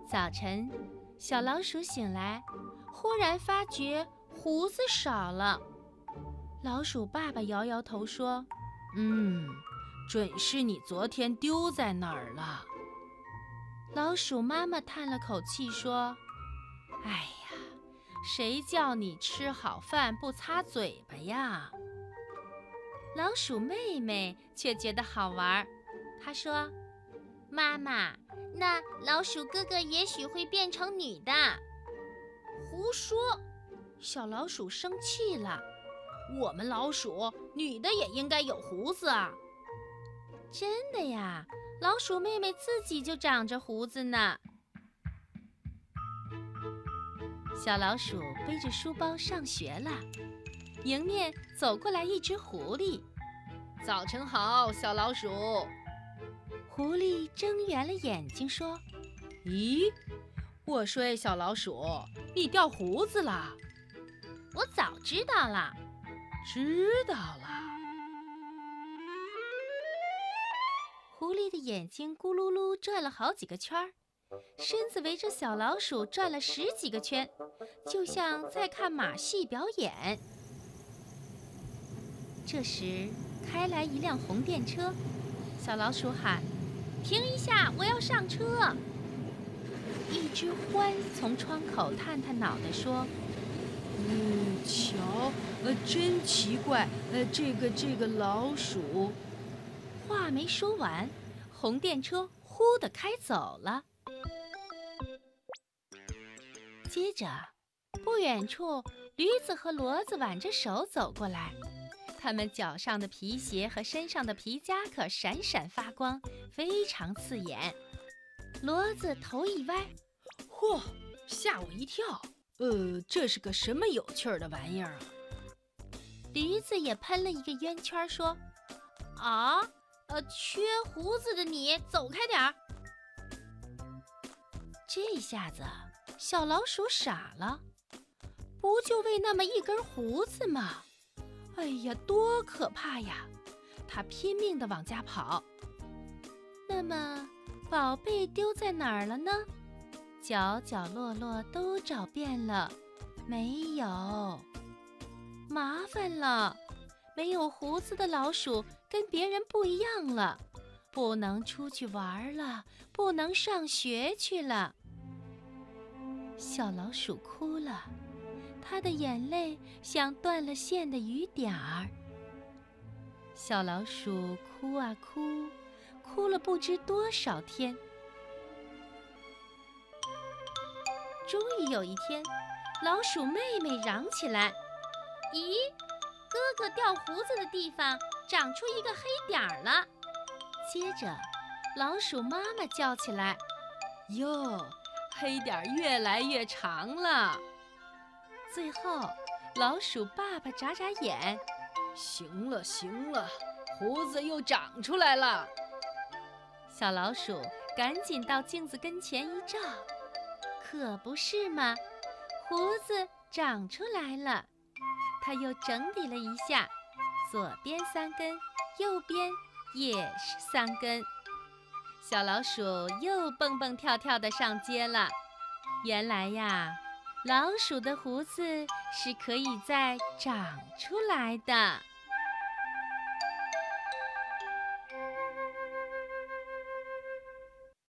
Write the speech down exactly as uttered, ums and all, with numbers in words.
早晨，小老鼠醒来，忽然发觉胡子少了。老鼠爸爸摇摇头说：“ 嗯，准是你昨天丢在哪儿了。” 老鼠妈妈叹了口气说：“哎呀，谁叫你吃好饭不擦嘴巴呀？”老鼠妹妹却觉得好玩，她说：“ 妈妈，那老鼠哥哥也许会变成女的。” 胡说！小老鼠生气了。我们老鼠女的也应该有胡子啊！真的呀，老鼠妹妹自己就长着胡子呢。小老鼠背着书包上学了，迎面走过来一只狐狸。 早晨好，小老鼠。 狐狸睁圆了眼睛说：“ 咦，我说小老鼠，你掉胡子了？” 我早知道了。 知道了。 狐狸的眼睛咕噜噜转了好几个圈儿，身子围着小老鼠转了十几个圈，就像在看马戏表演。这时开来一辆红电车，小老鼠喊：“ 停一下，我要上车！” 一只獾从窗口探探脑袋说：“ 嗯，瞧，呃，真奇怪，呃，这个这个老鼠……” 话没说完，红电车呼地开走了。接着，不远处，驴子和骡子挽着手走过来，他们脚上的皮鞋和身上的皮夹克闪闪发光，非常刺眼。骡子头一歪， 嚯，吓我一跳！呃，这是个什么有趣儿的玩意儿啊？ 驴子也喷了一个圆圈，说：“ 啊，呃，缺胡子的你，走开点儿！” 这下子，小老鼠傻了，不就为那么一根胡子吗？哎呀，多可怕呀！它拼命地往家跑。那么，宝贝丢在哪儿了呢？角角落落都找遍了，没有。麻烦了，没有胡子的老鼠跟别人不一样了，不能出去玩了，不能上学去了。小老鼠哭了，它的眼泪像断了线的雨点儿。小老鼠哭啊哭，哭了不知多少天。终于有一天，老鼠妹妹嚷起来：“ 咦，哥哥掉胡子的地方长出一个黑点儿了！” 接着，老鼠妈妈叫起来：“ 哟，黑点儿越来越长了！” 最后，老鼠爸爸眨眨眼：“ 行了行了，胡子又长出来了。” 小老鼠赶紧到镜子跟前一照，可不是嘛，胡子长出来了。它又整理了一下，左边三根，右边也是三根。小老鼠又蹦蹦跳跳地上街了。原来呀，老鼠的胡子是可以再长出来的。